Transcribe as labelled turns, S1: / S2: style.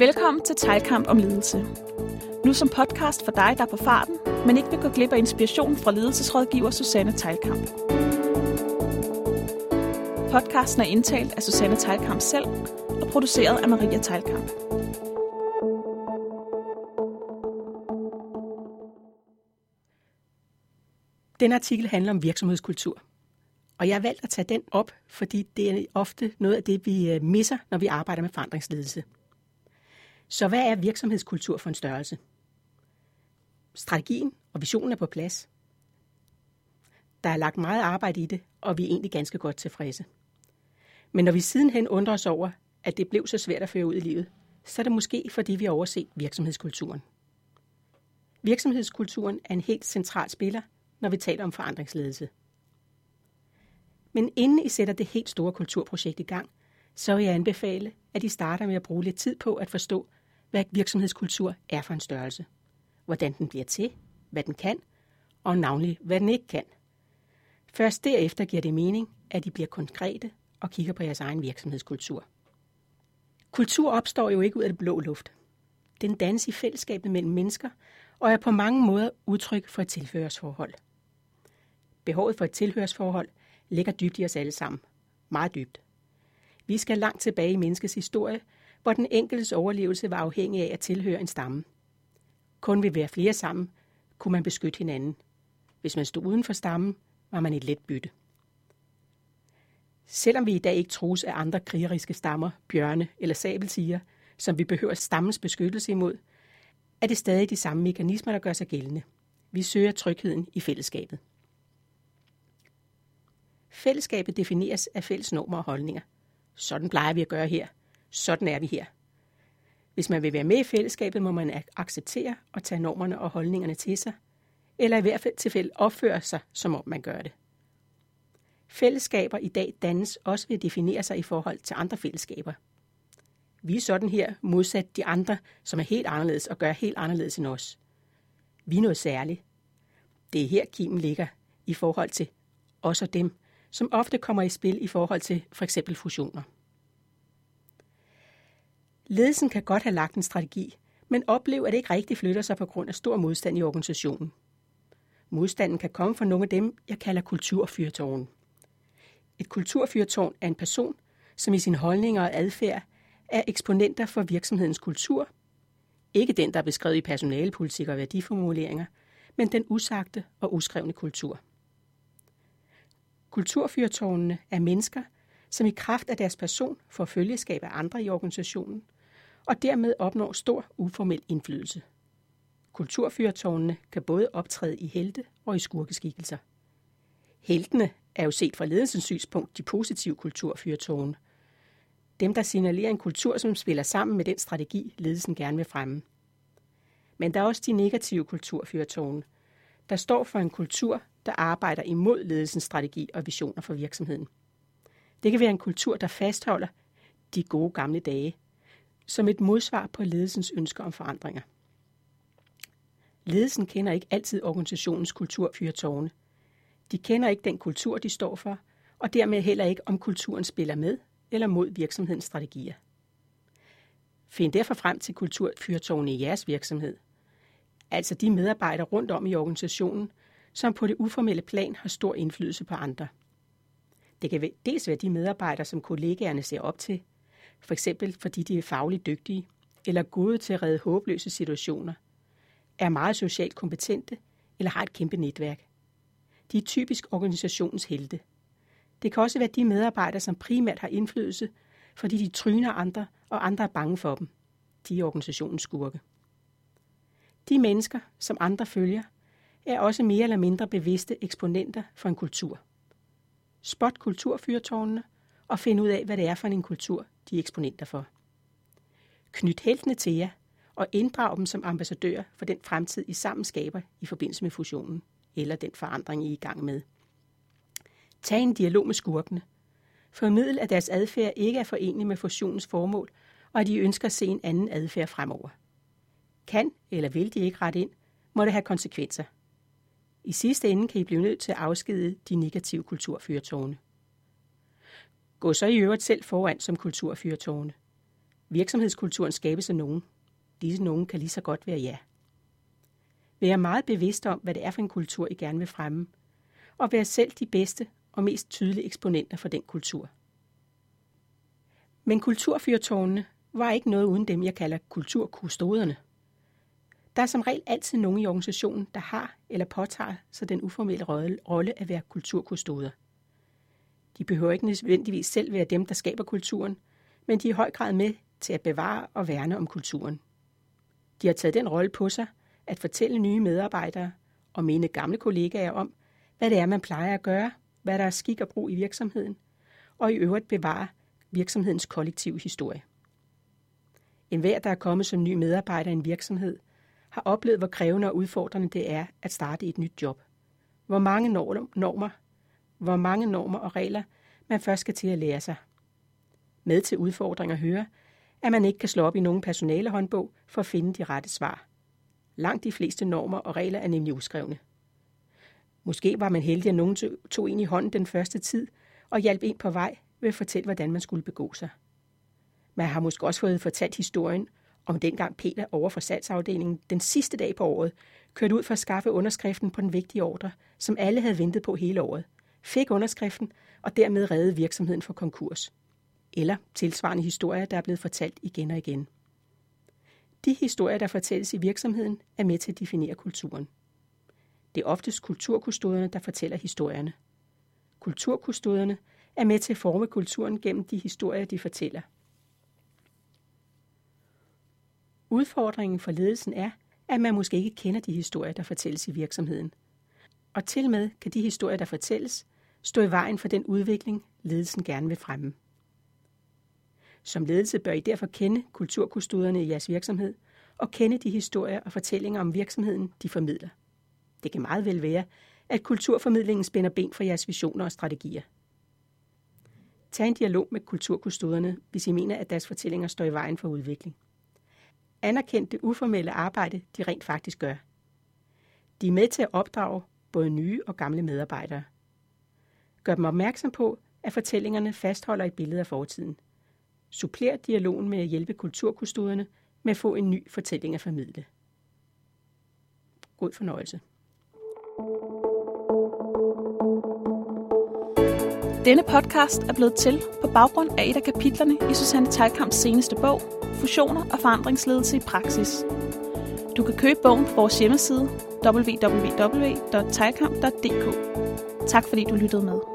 S1: Velkommen til Teglkamp om ledelse. Nu som podcast for dig, der er på farten, men ikke vil gå glip af inspiration fra ledelsesrådgiver Susanne Teglkamp. Podcasten er indtalt af Susanne Teglkamp selv og produceret af Maria Teglkamp.
S2: Den artikel handler om virksomhedskultur, og jeg har valgt at tage den op, fordi det er ofte noget af det, vi misser, når vi arbejder med forandringsledelse. Så hvad er virksomhedskultur for en størrelse? Strategien og visionen er på plads. Der er lagt meget arbejde i det, og vi er egentlig ganske godt tilfredse. Men når vi sidenhen undrer os over, at det blev så svært at føre ud i livet, så er det måske, fordi vi har overset virksomhedskulturen. Virksomhedskulturen er en helt central spiller, når vi taler om forandringsledelse. Men inden I sætter det helt store kulturprojekt i gang, så vil jeg anbefale, at I starter med at bruge lidt tid på at forstå, hvad virksomhedskultur er for en størrelse, hvordan den bliver til, hvad den kan, og navnlig, hvad den ikke kan. Først derefter giver det mening, at I bliver konkrete og kigger på jeres egen virksomhedskultur. Kultur opstår jo ikke ud af det blå luft. Den dannes i fællesskabet mellem mennesker, og er på mange måder udtryk for et tilhørsforhold. Behovet for et tilhørsforhold ligger dybt i os alle sammen. Meget dybt. Vi skal langt tilbage i menneskets historie, hvor den enkeltes overlevelse var afhængig af at tilhøre en stamme. Kun ved at være flere sammen, kunne man beskytte hinanden. Hvis man stod uden for stammen, var man et let bytte. Selvom vi i dag ikke trues af andre krigeriske stammer, bjørne eller sabeltiger, som vi behøver stammens beskyttelse imod, er det stadig de samme mekanismer, der gør sig gældende. Vi søger trygheden i fællesskabet. Fællesskabet defineres af fælles normer og holdninger. Sådan plejer vi at gøre her. Sådan er vi her. Hvis man vil være med i fællesskabet, må man acceptere og tage normerne og holdningerne til sig, eller i hvert fald tilfælde opføre sig, som om man gør det. Fællesskaber i dag dannes også ved at definere sig i forhold til andre fællesskaber. Vi er sådan her modsat de andre, som er helt anderledes og gør helt anderledes end os. Vi er noget særligt. Det er her kimen ligger i forhold til os og dem, som ofte kommer i spil i forhold til f.eks. fusioner. Ledelsen kan godt have lagt en strategi, men opleve, at det ikke rigtig flytter sig på grund af stor modstand i organisationen. Modstanden kan komme fra nogle af dem, jeg kalder kulturfyrtårne. Et kulturfyrtårn er en person, som i sine holdninger og adfærd er eksponenter for virksomhedens kultur. Ikke den, der er beskrevet i personalepolitik og værdiformuleringer, men den usagte og uskrevne kultur. Kulturfyrtårnene er mennesker, som i kraft af deres person får følgeskab af andre i organisationen, og dermed opnår stor uformel indflydelse. Kulturfyrtårnene kan både optræde i helte og i skurkeskikkelser. Heltene er jo set fra ledelsens synspunkt de positive kulturfyrtårne. Dem, der signalerer en kultur, som spiller sammen med den strategi, ledelsen gerne vil fremme. Men der er også de negative kulturfyrtårne, der står for en kultur, der arbejder imod ledelsens strategi og visioner for virksomheden. Det kan være en kultur, der fastholder de gode gamle dage, som et modsvar på ledelsens ønsker om forandringer. Ledelsen kender ikke altid organisationens kulturfyrtårne. De kender ikke den kultur, de står for, og dermed heller ikke, om kulturen spiller med eller mod virksomhedens strategier. Find derfor frem til kulturfyrtårne i jeres virksomhed. Altså de medarbejdere rundt om i organisationen, som på det uformelle plan har stor indflydelse på andre. Det kan dels være de medarbejdere, som kollegaerne ser op til, f.eks. fordi de er fagligt dygtige, eller gode til at redde håbløse situationer, er meget socialt kompetente eller har et kæmpe netværk. De er typisk organisationens helte. Det kan også være de medarbejdere, som primært har indflydelse, fordi de tryner andre, og andre er bange for dem. De er organisationens skurke. De mennesker, som andre følger, er også mere eller mindre bevidste eksponenter for en kultur. Spot kulturfyrtårnene og find ud af, hvad det er for en kultur, de er eksponenter for. Knyt heltene til jer og inddrag dem som ambassadører for den fremtid, I sammen skaber i forbindelse med fusionen eller den forandring, I er i gang med. Tag en dialog med skurkene. Formidl, at deres adfærd ikke er forenelig med fusionens formål, og at de ønsker at se en anden adfærd fremover. Kan eller vil de ikke rette ind, må det have konsekvenser. I sidste ende kan I blive nødt til at afskedige de negative kulturfyrtårne. Gå så i øvrigt selv foran som kulturfyrtårne. Virksomhedskulturen skabes af nogen. Disse nogen kan lige så godt være jer. Vær meget bevidst om, hvad det er for en kultur, I gerne vil fremme, og vær selv de bedste og mest tydelige eksponenter for den kultur. Men kulturfyrtårnene var ikke noget uden dem, jeg kalder kulturkustoderne. Der er som regel altid nogen i organisationen, der har eller påtager sig den uformelle rolle at være kulturkustoder. De behøver ikke nødvendigvis selv være dem, der skaber kulturen, men de er i høj grad med til at bevare og værne om kulturen. De har taget den rolle på sig at fortælle nye medarbejdere og minde gamle kollegaer om, hvad det er, man plejer at gøre, hvad der er skik og brug i virksomheden, og i øvrigt bevare virksomhedens kollektive historie. Enhver, der er kommet som ny medarbejder i en virksomhed, har oplevet, hvor krævende og udfordrende det er at starte et nyt job. Hvor mange normer og regler man først skal til at lære sig. Med til udfordringer hører, at man ikke kan slå op i nogen personalehåndbog for at finde de rette svar. Langt de fleste normer og regler er nemlig uskrevne. Måske var man heldig, at nogen tog en i hånden den første tid og hjalp en på vej ved at fortælle, hvordan man skulle begå sig. Man har måske også fået fortalt historien om dengang Peter over for salgsafdelingen den sidste dag på året kørte ud for at skaffe underskriften på den vigtige ordre, som alle havde ventet på hele året, fik underskriften og dermed reddede virksomheden for konkurs. Eller tilsvarende historier, der er blevet fortalt igen og igen. De historier, der fortælles i virksomheden, er med til at definere kulturen. Det er oftest kulturkustoderne, der fortæller historierne. Kulturkustoderne er med til at forme kulturen gennem de historier, de fortæller. Udfordringen for ledelsen er, at man måske ikke kender de historier, der fortælles i virksomheden. Og til med kan de historier, der fortælles, stå i vejen for den udvikling, ledelsen gerne vil fremme. Som ledelse bør I derfor kende kulturkustoderne i jeres virksomhed og kende de historier og fortællinger om virksomheden, de formidler. Det kan meget vel være, at kulturformidlingen spænder ben for jeres visioner og strategier. Tag en dialog med kulturkustoderne, hvis I mener, at deres fortællinger står i vejen for udvikling. Anerkend det uformelle arbejde, de rent faktisk gør. De er med til at opdrage både nye og gamle medarbejdere. Gør dem opmærksom på, at fortællingerne fastholder et billede af fortiden. Supplér dialogen med at hjælpe kulturkustoderne med at få en ny fortælling at formidle. God fornøjelse.
S1: Denne podcast er blevet til på baggrund af et af kapitlerne i Susanne Teilkamps seneste bog, Fusioner og forandringsledelse i praksis. Du kan købe bogen på vores hjemmeside www.teilkamp.dk. Tak fordi du lyttede med.